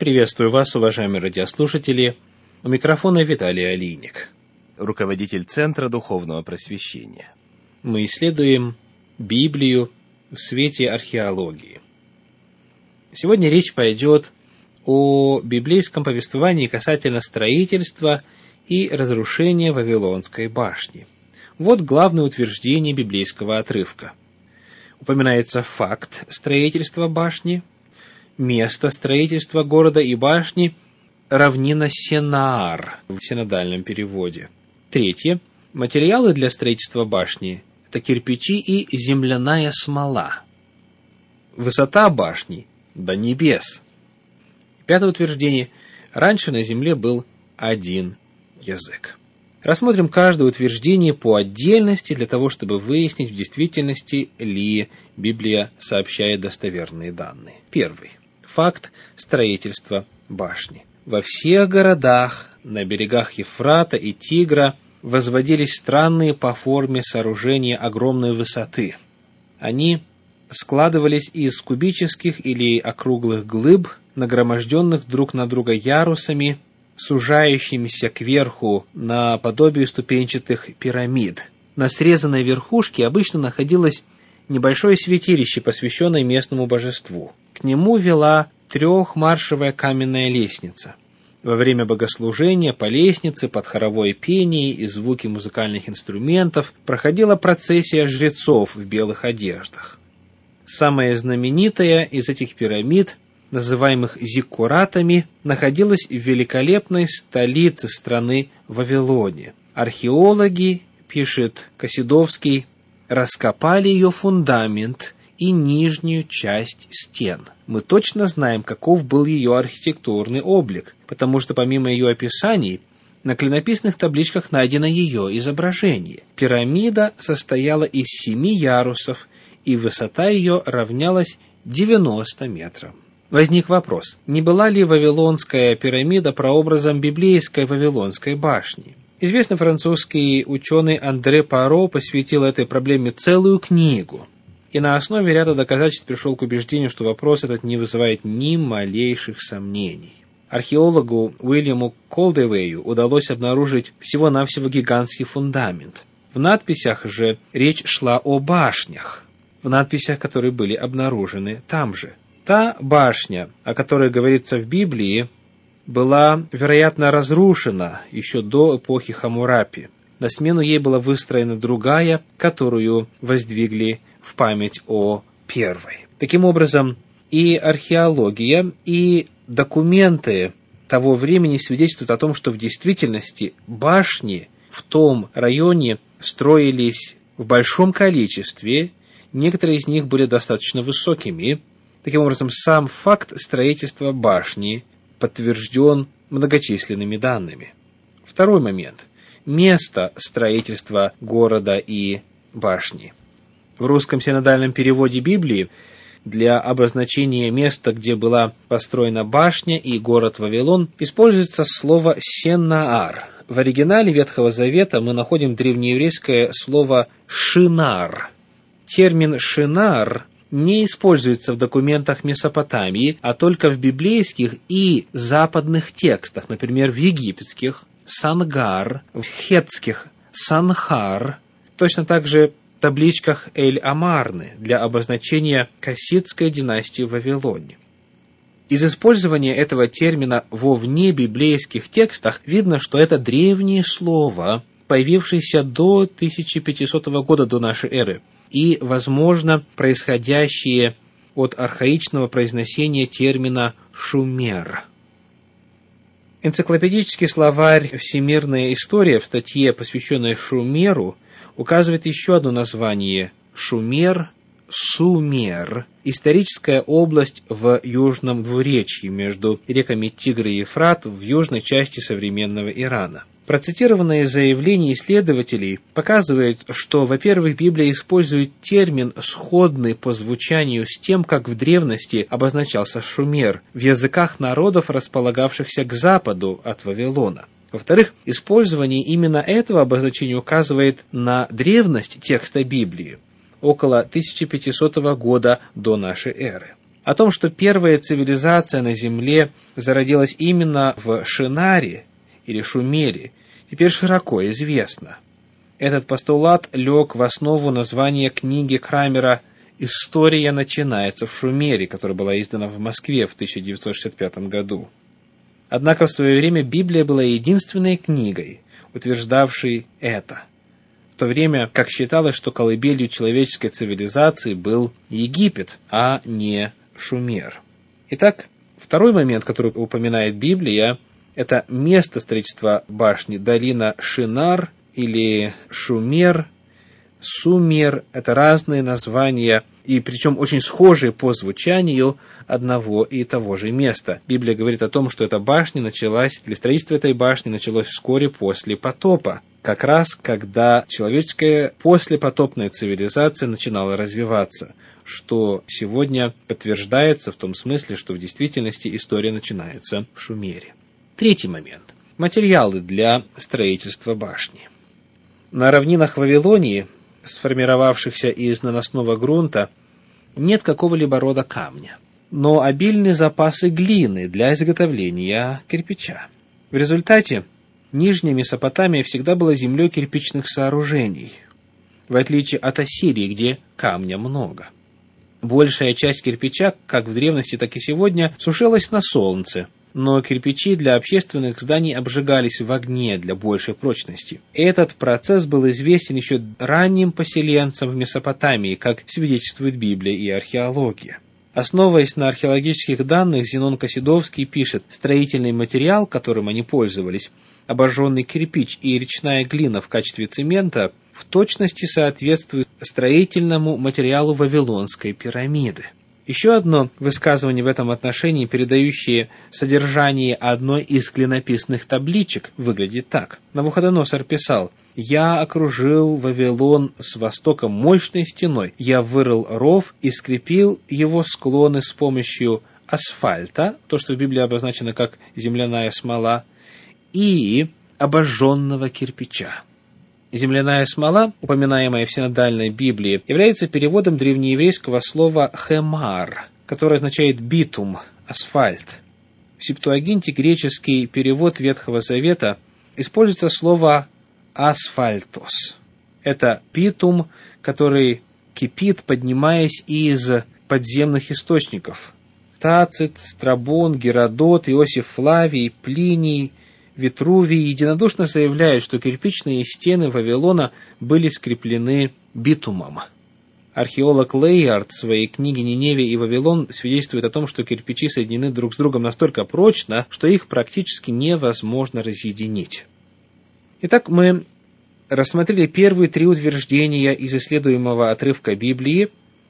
Приветствую вас, уважаемые радиослушатели. У микрофона Виталий Алийник, руководитель Центра Духовного Просвещения. Мы исследуем Библию в свете археологии. Сегодня речь пойдет о библейском повествовании касательно строительства и разрушения Вавилонской башни. Вот главное утверждение библейского отрывка. Упоминается факт строительства башни, место строительства города и башни, равнина Сенаар в синодальном переводе. Третье. Материалы для строительства башни – это кирпичи и земляная смола. Высота башни – до небес. Пятое утверждение. Раньше на земле был один язык. Рассмотрим каждое утверждение по отдельности для того, чтобы выяснить, в действительности ли Библия сообщает достоверные данные. Первый. Факт строительства башни. Во всех городах на берегах Ефрата и Тигра возводились странные по форме сооружения огромной высоты. Они складывались из кубических или округлых глыб, нагроможденных друг на друга ярусами, сужающимися кверху наподобие ступенчатых пирамид. На срезанной верхушке обычно находилось небольшое святилище, посвященное местному божеству. К нему вела трехмаршевая каменная лестница. Во время богослужения по лестнице под хоровое пение и звуки музыкальных инструментов проходила процессия жрецов в белых одеждах. Самая знаменитая из этих пирамид, называемых зиккуратами, находилась в великолепной столице страны Вавилоне. Археологи, пишет Косидовский, раскопали ее фундамент и нижнюю часть стен. Мы точно знаем, каков был ее архитектурный облик, потому что помимо ее описаний, на клинописных табличках найдено ее изображение. Пирамида состояла из 7 ярусов, и высота ее равнялась 90 метрам. Возник вопрос, не была ли Вавилонская пирамида прообразом библейской Вавилонской башни? Известный французский ученый Андре Паро посвятил этой проблеме целую книгу, и на основе ряда доказательств пришел к убеждению, что вопрос этот не вызывает ни малейших сомнений. Археологу Уильяму Колдевею удалось обнаружить всего-навсего гигантский фундамент. В надписях же речь шла о башнях, в надписях, которые были обнаружены там же. Та башня, о которой говорится в Библии, была, вероятно, разрушена еще до эпохи Хаммурапи. На смену ей была выстроена другая, которую воздвигли в память о первой. Таким образом, и археология, и документы того времени свидетельствуют о том, что в действительности башни в том районе строились в большом количестве, некоторые из них были достаточно высокими. Таким образом, сам факт строительства башни подтвержден многочисленными данными. Второй момент. Место строительства города и башни. В русском синодальном переводе Библии для обозначения места, где была построена башня и город Вавилон, используется слово «сенаар». В оригинале Ветхого Завета мы находим древнееврейское слово «шинар». Термин «шинар» не используется в документах Месопотамии, а только в библейских и западных текстах, например, в египетских «сангар», в хеттских «санхар», точно так же в табличках Эль-Амарны для обозначения Кассидской династии в Вавилоне. Из использования этого термина во внебиблейских текстах видно, что это древнее слово, появившееся до 1500 года до нашей эры, и, возможно, происходящее от архаичного произношения термина «шумер». Энциклопедический словарь «Всемирная история» в статье, посвященной Шумеру, указывает еще одно название – Шумер, Сумер, историческая область в Южном двуречье между реками Тигр и Ефрат в южной части современного Ирана. Процитированное заявление исследователей показывает, что, во-первых, Библия использует термин, сходный по звучанию с тем, как в древности обозначался Шумер в языках народов, располагавшихся к западу от Вавилона. Во-вторых, использование именно этого обозначения указывает на древность текста Библии, около 1500 года до нашей эры. О том, что первая цивилизация на Земле зародилась именно в Шинаре или Шумере, теперь широко известно. Этот постулат лег в основу названия книги Крамера «История начинается в Шумере», которая была издана в Москве в 1965 году. Однако в свое время Библия была единственной книгой, утверждавшей это, в то время как считалось, что колыбелью человеческой цивилизации был Египет, а не Шумер. Итак, второй момент, который упоминает Библия, это место строительства башни, долина Шинар или Шумер, Сумер. Это разные названия, и причем очень схожие по звучанию одного и того же места. Библия говорит о том, что эта башня началась, или строительство этой башни началось вскоре после потопа, как раз когда человеческая послепотопная цивилизация начинала развиваться, что сегодня подтверждается в том смысле, что в действительности история начинается в Шумере. Третий момент. Материалы для строительства башни. На равнинах Вавилонии, сформировавшихся из наносного грунта, нет какого-либо рода камня, но обильны запасы глины для изготовления кирпича. В результате Нижняя Месопотамия всегда была землей кирпичных сооружений, в отличие от Ассирии, где камня много. Большая часть кирпича, как в древности, так и сегодня, сушилась на солнце, но кирпичи для общественных зданий обжигались в огне для большей прочности. Этот процесс был известен еще ранним поселенцам в Месопотамии, как свидетельствует Библия и археология. Основываясь на археологических данных, Зенон Кассидовский пишет: строительный материал, которым они пользовались, обожженный кирпич и речная глина в качестве цемента, в точности соответствует строительному материалу Вавилонской пирамиды. Еще одно высказывание в этом отношении, передающее содержание одной из клинописных табличек, выглядит так. Навуходоносор писал: «Я окружил Вавилон с востока мощной стеной, я вырыл ров и скрепил его склоны с помощью асфальта», то, что в Библии обозначено как земляная смола, и обожженного кирпича. Земляная смола, упоминаемая в синодальной Библии, является переводом древнееврейского слова «хемар», которое означает «битум», «асфальт». В Септуагинте греческий перевод Ветхого Завета используется слово «асфальтос». Это битум, который кипит, поднимаясь из подземных источников. Тацит, Страбон, Геродот, Иосиф Флавий, Плиний, Витрувий единодушно заявляют, что кирпичные стены Вавилона были скреплены битумом. Археолог Лейард в своей книге «Ниневия и Вавилон» свидетельствует о том, что кирпичи соединены друг с другом настолько прочно, что их практически невозможно разъединить. Итак, мы рассмотрели первые три утверждения из исследуемого отрывка Библии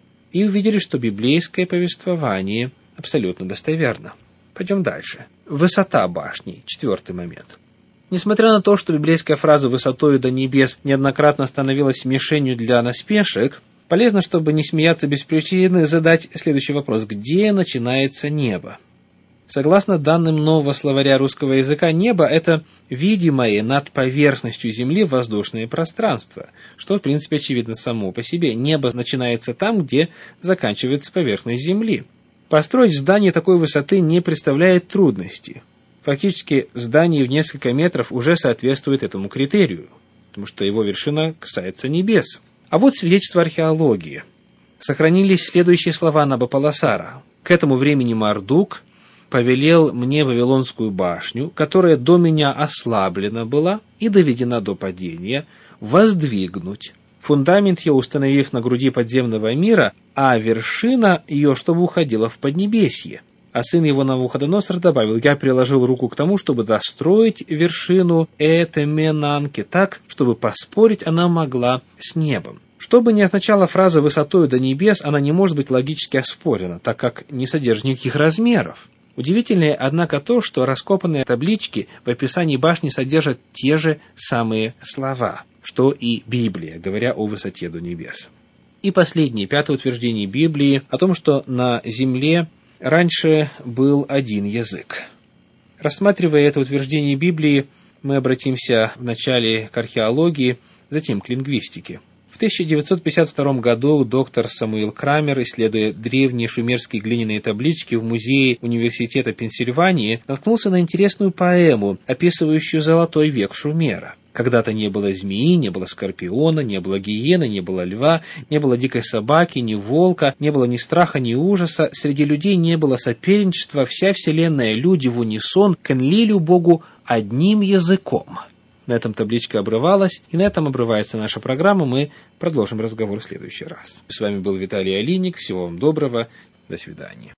и увидели, что библейское повествование абсолютно достоверно. Пойдем дальше. Высота башни. Четвертый момент. Несмотря на то, что библейская фраза «высотою до небес» неоднократно становилась мишенью для насмешек, полезно, чтобы не смеяться без причины, задать следующий вопрос: где начинается небо? Согласно данным нового словаря русского языка, небо – это видимое над поверхностью Земли воздушное пространство, что, в принципе, очевидно само по себе. Небо начинается там, где заканчивается поверхность Земли. Построить здание такой высоты не представляет трудности. Фактически, здание в несколько метров уже соответствует этому критерию, потому что его вершина касается небес. А вот свидетельство археологии. Сохранились следующие слова Набополосара. «К этому времени Мардук повелел мне Вавилонскую башню, которая до меня ослаблена была и доведена до падения, воздвигнуть. Фундамент ее установив на груди подземного мира, а вершина ее, чтобы уходила в Поднебесье». А сын его Навуходоносор добавил: «Я приложил руку к тому, чтобы достроить вершину Этеменанки так, чтобы поспорить она могла с небом». Что бы ни означала фраза «высотою до небес», она не может быть логически оспорена, так как не содержит никаких размеров. Удивительнее, однако, то, что раскопанные таблички в описании башни содержат те же самые слова, что и Библия, говоря о высоте до небес. И последнее, пятое утверждение Библии о том, что на земле раньше был один язык. Рассматривая это утверждение Библии, мы обратимся вначале к археологии, затем к лингвистике. В 1952 году доктор Самуил Крамер, исследуя древние шумерские глиняные таблички в музее Университета Пенсильвании, наткнулся на интересную поэму, описывающую золотой век Шумера. Когда-то не было змеи, не было скорпиона, не было гиены, не было льва, не было дикой собаки, ни волка, не было ни страха, ни ужаса, среди людей не было соперничества, вся вселенная, люди в унисон клялись Богу одним языком. На этом табличка обрывалась, и на этом обрывается наша программа. Мы продолжим разговор в следующий раз. С вами был Виталий Алиник. Всего вам доброго. До свидания.